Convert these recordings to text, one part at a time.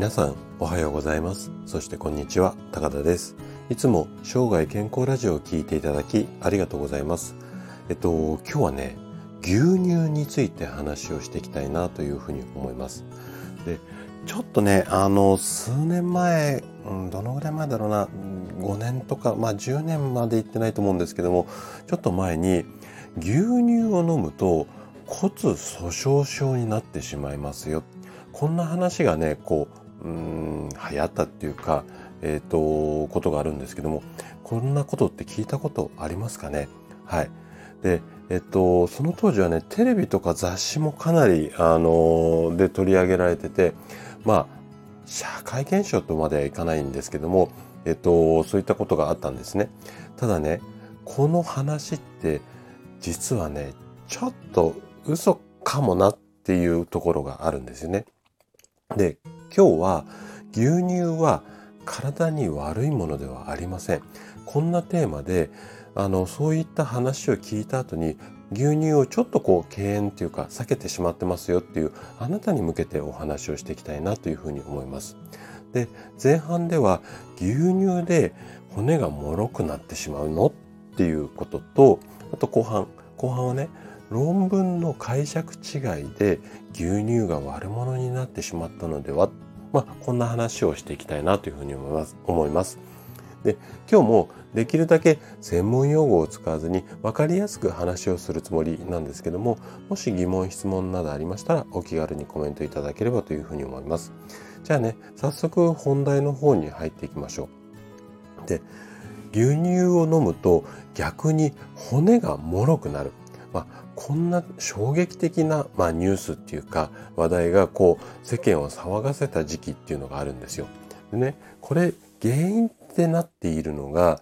皆さんおはようございます。そしてこんにちは、高田です。いつも生涯健康ラジオを聞いていただきありがとうございます。今日はね、牛乳について話をしていきたいなというふうに思います。で、ちょっとね、数年前、どのぐらい前だろうな、5年とか、10年まで行ってないと思うんですけども、ちょっと前に牛乳を飲むと骨粗鬆症になってしまいますよ。こんな話がね、流行ったっていうか、ことがあるんですけども、こんなことって聞いたことありますかね？はい。で、その当時はね、テレビとか雑誌もかなり、で取り上げられてて、社会現象とまではいかないんですけども、そういったことがあったんですね。ただね、この話って、実はね、ちょっと嘘かもなっていうところがあるんですよね。で、今日は牛乳は体に悪いものではありません。こんなテーマで、そういった話を聞いた後に、牛乳をちょっと敬遠というか避けてしまってますよっていう、あなたに向けてお話をしていきたいなというふうに思います。で、前半では牛乳で骨が脆くなってしまうのっていうことと、あと後半はね、論文の解釈違いで牛乳が悪者になってしまったのでは、こんな話をしていきたいなというふうに思います。で、今日もできるだけ専門用語を使わずに分かりやすく話をするつもりなんですけども、もし疑問質問などありましたらお気軽にコメントいただければというふうに思います。じゃあね、早速本題の方に入っていきましょう。で、牛乳を飲むと逆に骨が脆くなる。こんな衝撃的な、ニュースっていうか話題が世間を騒がせた時期っていうのがあるんですよ。でね、これ原因ってなっているのが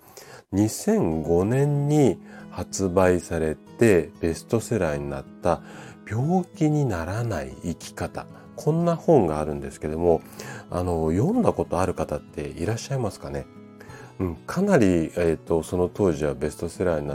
2005年に発売されてベストセラーになった病気にならない生き方。こんな本があるんですけども、読んだことある方っていらっしゃいますかね？かなり、その当時はベストセラーになって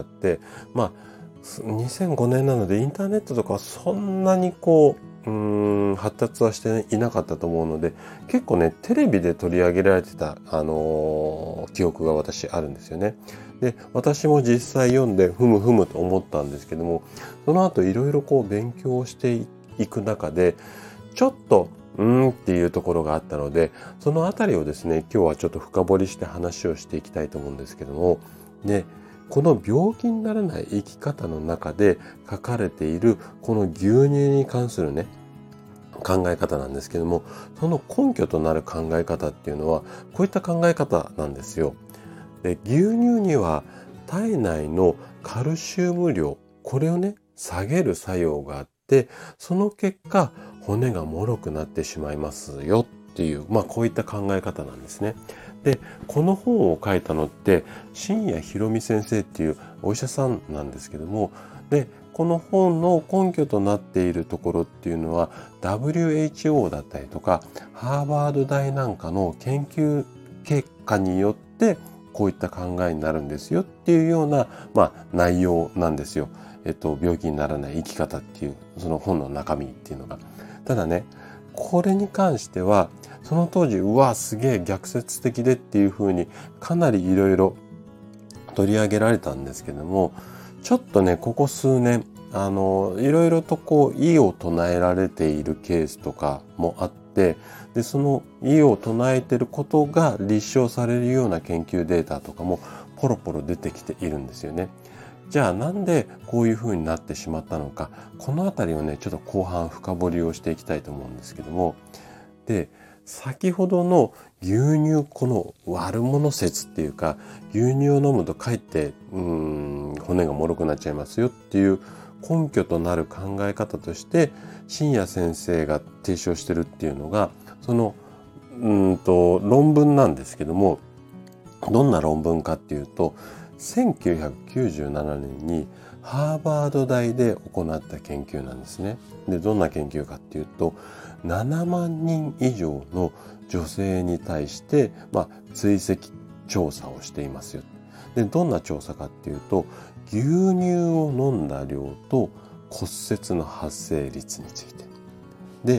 、2005年なのでインターネットとかはそんなに発達はしていなかったと思うので、結構ね、テレビで取り上げられてた、記憶が私あるんですよね。で、私も実際読んで、ふむふむと思ったんですけども、その後いろいろ勉強していく中で、ちょっと、っていうところがあったので、そのあたりをですね、今日はちょっと深掘りして話をしていきたいと思うんですけども、で、この病気にならない生き方の中で書かれているこの牛乳に関するね、考え方なんですけども、その根拠となる考え方っていうのは、こういった考え方なんですよ。で、牛乳には体内のカルシウム量、これをね、下げる作用があって、その結果、骨が脆くなってしまいますよっていう、こういった考え方なんですね。で、この本を書いたのって、新谷博美先生っていうお医者さんなんですけども、で、この本の根拠となっているところっていうのは、WHO だったりとか、ハーバード大なんかの研究結果によって、こういった考えになるんですよっていうような、内容なんですよ。病気にならない生き方っていう、その本の中身っていうのが。ただね、これに関しては、その当時、すげえ逆説的でっていう風に、かなりいろいろ取り上げられたんですけども、ちょっとね、ここ数年、いろいろと異を唱えられているケースとかもあって、で、その異を唱えていることが立証されるような研究データとかもポロポロ出てきているんですよね。じゃあなんでこういう風になってしまったのか、このあたりをね、ちょっと後半深掘りをしていきたいと思うんですけども、で、先ほどの牛乳この悪者説っていうか、牛乳を飲むとかえって骨が脆くなっちゃいますよっていう根拠となる考え方として新谷先生が提唱してるっていうのが、その論文なんですけども、どんな論文かっていうと、1997年にハーバード大で行った研究なんですね。で、どんな研究かっていうと、7万人以上の女性に対して、追跡調査をしていますよ。で、どんな調査かっていうと、牛乳を飲んだ量と骨折の発生率について。で、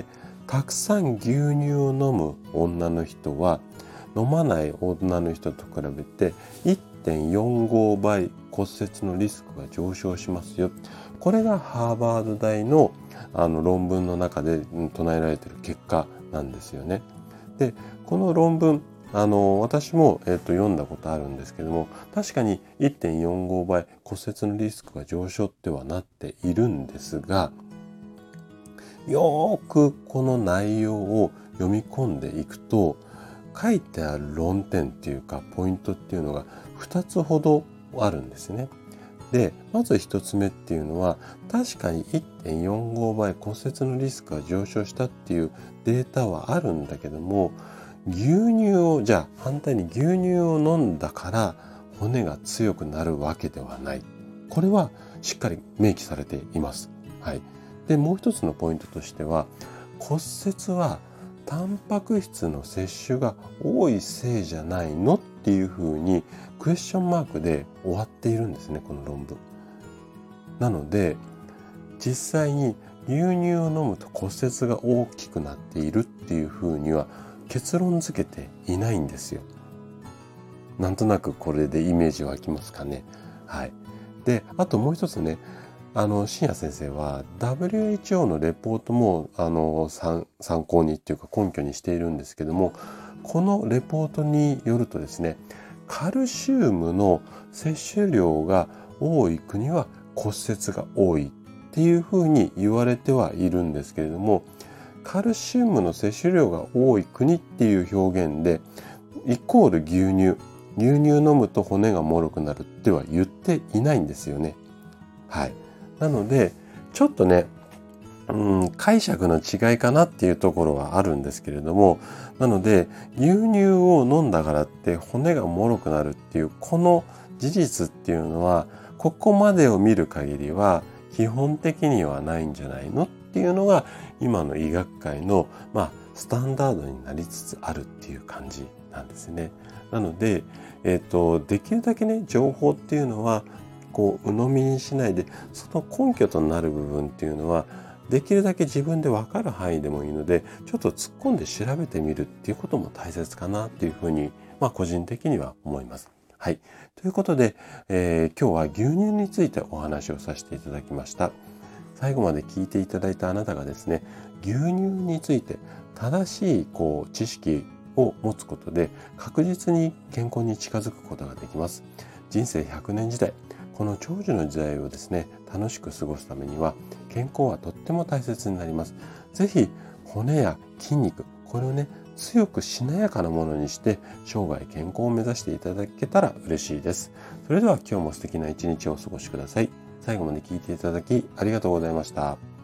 たくさん牛乳を飲む女の人は飲まない女の人と比べて 1.45 倍骨折のリスクが上昇しますよ。これがハーバード大の論文の中で唱えられている結果なんですよね。で、この論文私も、読んだことあるんですけども、確かに 1.45 倍骨折のリスクが上昇ってはなっているんですが、よーくこの内容を読み込んでいくと、書いてある論点っていうかポイントっていうのが2つほどあるんですね。で、まず1つ目っていうのは、確かに 1.45 倍骨折のリスクが上昇したっていうデータはあるんだけども、じゃあ反対に牛乳を飲んだから骨が強くなるわけではない。これはしっかり明記されています。はい。で、もう一つのポイントとしては、骨折はタンパク質の摂取が多いせいじゃないのっていうふうにクエスチョンマークで終わっているんですね、この論文。なので、実際に牛乳を飲むと骨折が大きくなっているっていうふうには結論付けていないんですよ。なんとなくこれでイメージ湧きますかね。はい。で、あともう一つね、深夜先生は WHO のレポートも参考にっていうか根拠にしているんですけども、このレポートによるとですね、カルシウムの摂取量が多い国は骨折が多いっていうふうに言われてはいるんですけれども、カルシウムの摂取量が多い国っていう表現でイコール牛乳飲むと骨が脆くなるっては言っていないんですよね。はい。なのでちょっとね、解釈の違いかなっていうところはあるんですけれども、なので牛乳を飲んだからって骨が脆くなるっていうこの事実っていうのは、ここまでを見る限りは基本的にはないんじゃないのっていうのが今の医学界のスタンダードになりつつあるっていう感じなんですね。なので、できるだけね、情報っていうのは鵜呑みにしないで、その根拠となる部分っていうのはできるだけ自分で分かる範囲でもいいので、ちょっと突っ込んで調べてみるっていうことも大切かなっていうふうに、個人的には思います。はい。ということで、今日は牛乳についてお話をさせていただきました。最後まで聞いていただいたあなたがですね、牛乳について正しい知識を持つことで確実に健康に近づくことができます。人生100年時代、この長寿の時代をですね、楽しく過ごすためには健康はとっても大切になります。ぜひ骨や筋肉、これをね、強くしなやかなものにして生涯健康を目指していただけたら嬉しいです。それでは今日も素敵な一日をお過ごしください。最後まで聞いていただきありがとうございました。